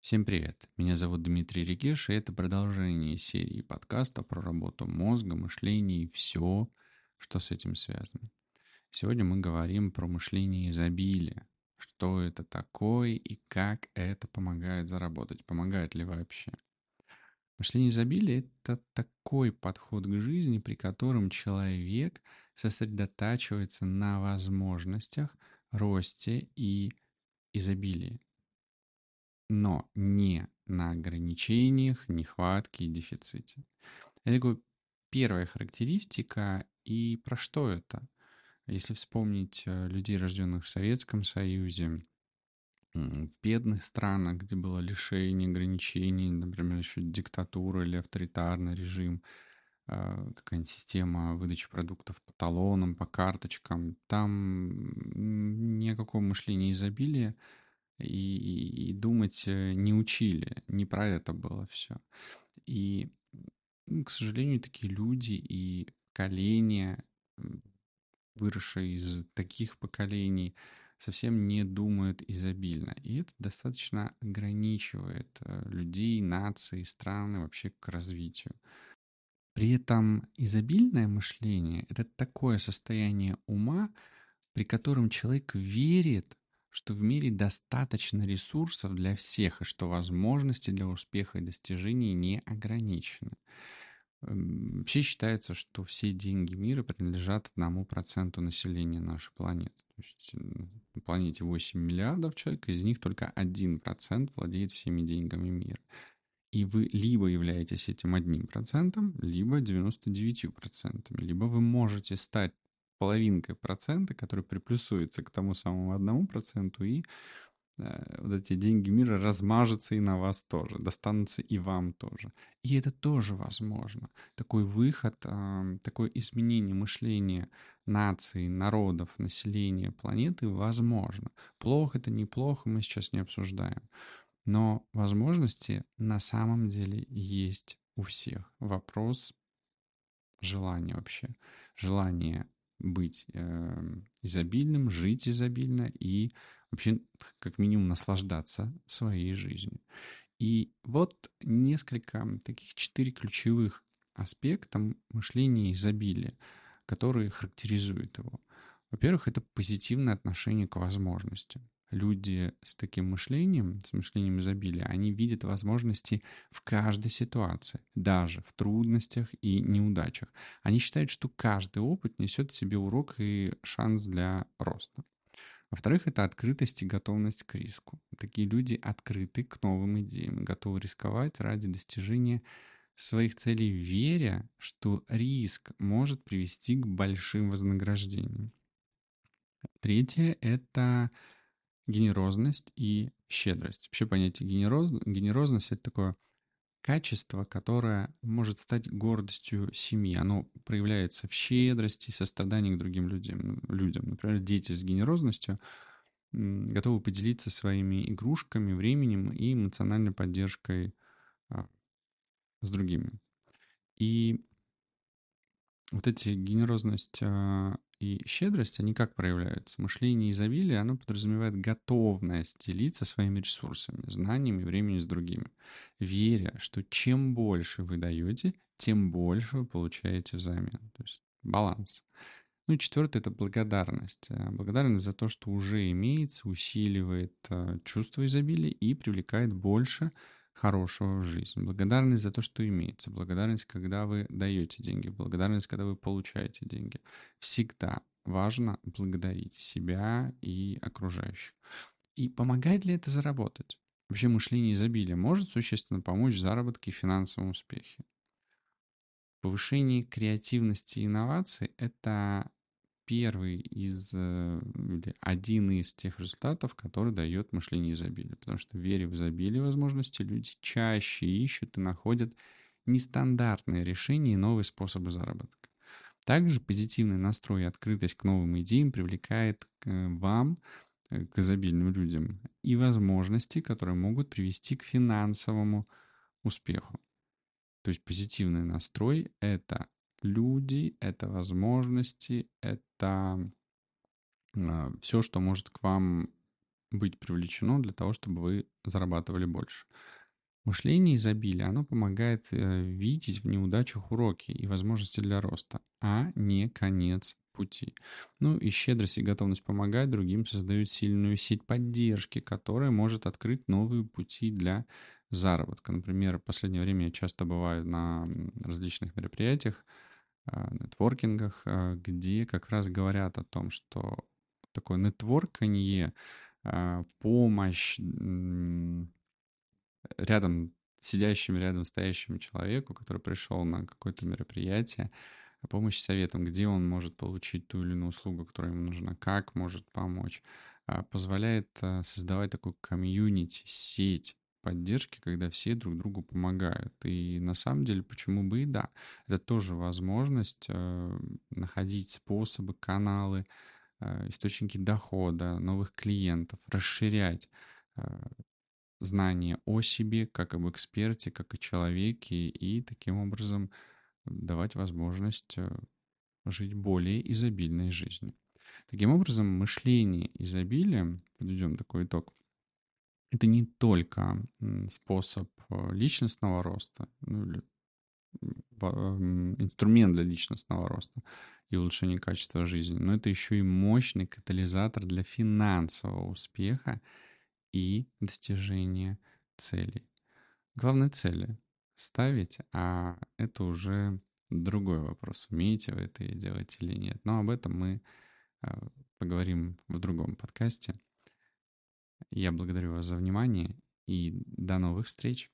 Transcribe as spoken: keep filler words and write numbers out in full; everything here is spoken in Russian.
Всем привет! Меня зовут Дмитрий Регеш, и это продолжение серии подкаста про работу мозга, мышление и все, что с этим связано. Сегодня мы говорим про мышление изобилия. Что это такое и как это помогает заработать? Помогает ли вообще? Мышление изобилия — это такой подход к жизни, при котором человек сосредотачивается на возможностях, росте и изобилии, но не на ограничениях, нехватке и дефиците. Это такой первая характеристика. И про что это? Если вспомнить э, людей, рожденных в Советском Союзе, м, в бедных странах, где было лишение, ограничений, например, еще диктатура или авторитарный режим, э, какая-нибудь система выдачи продуктов по талонам, по карточкам, там м, ни о каком мышлении изобилия и, и думать э, не учили, не про это было все. И, м, к сожалению, такие люди и поколения, м, выросшие из таких поколений, совсем не думают изобильно. И это достаточно ограничивает э, людей, нации, страны вообще к развитию. При этом изобильное мышление — это такое состояние ума, при котором человек верит, что в мире достаточно ресурсов для всех, и что возможности для успеха и достижений не ограничены. Эм, Вообще считается, что все деньги мира принадлежат одному проценту населения нашей планеты. То есть м, на планете восемь миллиардов человек, из них только один процент владеет всеми деньгами мира. И вы либо являетесь этим одним процентом, либо девяносто девятью процентами, либо вы можете стать половинкой процента, который приплюсуется к тому самому одному проценту, и э, вот эти деньги мира размажутся и на вас тоже, достанутся и вам тоже. И это тоже возможно. Такой выход, э, такое изменение мышления наций, народов, населения планеты возможно. Плохо это, неплохо, мы сейчас не обсуждаем. Но возможности на самом деле есть у всех. Вопрос желания вообще. Желание быть э, изобильным, жить изобильно и вообще как минимум наслаждаться своей жизнью. И вот несколько таких четыре ключевых аспекта мышления изобилия, которые характеризуют его. Во-первых, это позитивное отношение к возможностям. Люди с таким мышлением, с мышлением изобилия, они видят возможности в каждой ситуации, даже в трудностях и неудачах. Они считают, что каждый опыт несет в себе урок и шанс для роста. Во-вторых, это открытость и готовность к риску. Такие люди открыты к новым идеям, готовы рисковать ради достижения своих целей, веря, что риск может привести к большим вознаграждениям. Третье — это генерозность и щедрость. Вообще понятие генероз... генерозность — это такое качество, которое может стать гордостью семьи. Оно проявляется в щедрости, сострадании к другим людям. людям. Например, дети с генерозностью м, готовы поделиться своими игрушками, временем и эмоциональной поддержкой а, с другими. И вот эти генерозность а, и щедрость, они как проявляются? Мышление изобилия, оно подразумевает готовность делиться своими ресурсами, знаниями, временем с другими, веря, что чем больше вы даете, тем больше вы получаете взамен. То есть баланс. Ну и четвертое — это благодарность. А, Благодарность за то, что уже имеется, усиливает а, чувство изобилия и привлекает больше хорошего в жизнь. Благодарность за то, что имеется. Благодарность, когда вы даете деньги. Благодарность, когда вы получаете деньги. Всегда важно благодарить себя и окружающих. И помогает ли это заработать? Вообще мышление изобилия может существенно помочь в заработке и финансовом успехе. Повышение креативности и инноваций — это первый из, э, или один из тех результатов, который дает мышление изобилия. Потому что, веря в изобилие возможностей, люди чаще ищут и находят нестандартные решения и новые способы заработка. Также позитивный настрой и открытость к новым идеям привлекает к э, вам, э, к изобильным людям, и возможности, которые могут привести к финансовому успеху. То есть позитивный настрой — это люди, это возможности, это все, что может к вам быть привлечено для того, чтобы вы зарабатывали больше. Мышление изобилия, оно помогает э, видеть в неудачах уроки и возможности для роста, а не конец пути. Ну и щедрость и готовность помогать другим создают сильную сеть поддержки, которая может открыть новые пути для заработка. Например, в последнее время я часто бываю на м, различных мероприятиях, а, нетворкингах, а, где как раз говорят о том, что такое нетворканье, а, помощь м, рядом сидящим рядом стоящему человеку, который пришел на какое-то мероприятие, помощь советом, где он может получить ту или иную услугу, которая ему нужна, как может помочь, а, позволяет а, создавать такую комьюнити, сеть поддержки, когда все друг другу помогают. И на самом деле, почему бы и да, это тоже возможность э, находить способы, каналы, э, источники дохода, новых клиентов, расширять э, знания о себе, как об эксперте, как о человеке, и таким образом давать возможность э, жить более изобильной жизнью. Таким образом, мышление изобилия, подведем такой итог, это не только м, способ э, личностного роста, ну, или м, во- м, инструмент для личностного роста и улучшения качества жизни, но это еще и мощный катализатор для финансового успеха и достижения целей. Главное цели ставить, а это уже другой вопрос, умеете вы это делать или нет. Но об этом мы а, поговорим в другом подкасте. Я благодарю вас за внимание и до новых встреч.